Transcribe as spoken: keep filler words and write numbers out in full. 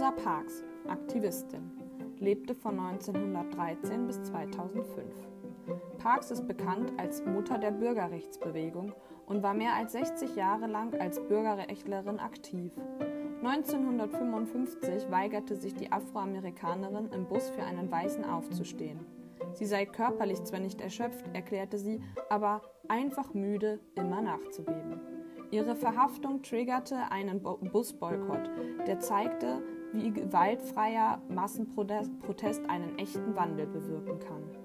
Rosa Parks, Aktivistin, lebte von neunzehnhundertdreizehn bis zweitausendfünf. Parks ist bekannt als Mutter der Bürgerrechtsbewegung und war mehr als sechzig Jahre lang als Bürgerrechtlerin aktiv. neunzehnhundertfünfundfünfzig weigerte sich die Afroamerikanerin, im Bus für einen Weißen aufzustehen. Sie sei körperlich zwar nicht erschöpft, erklärte sie, aber einfach müde, immer nachzugeben. Ihre Verhaftung triggerte einen Busboykott, der zeigte, wie gewaltfreier Massenprotest einen echten Wandel bewirken kann.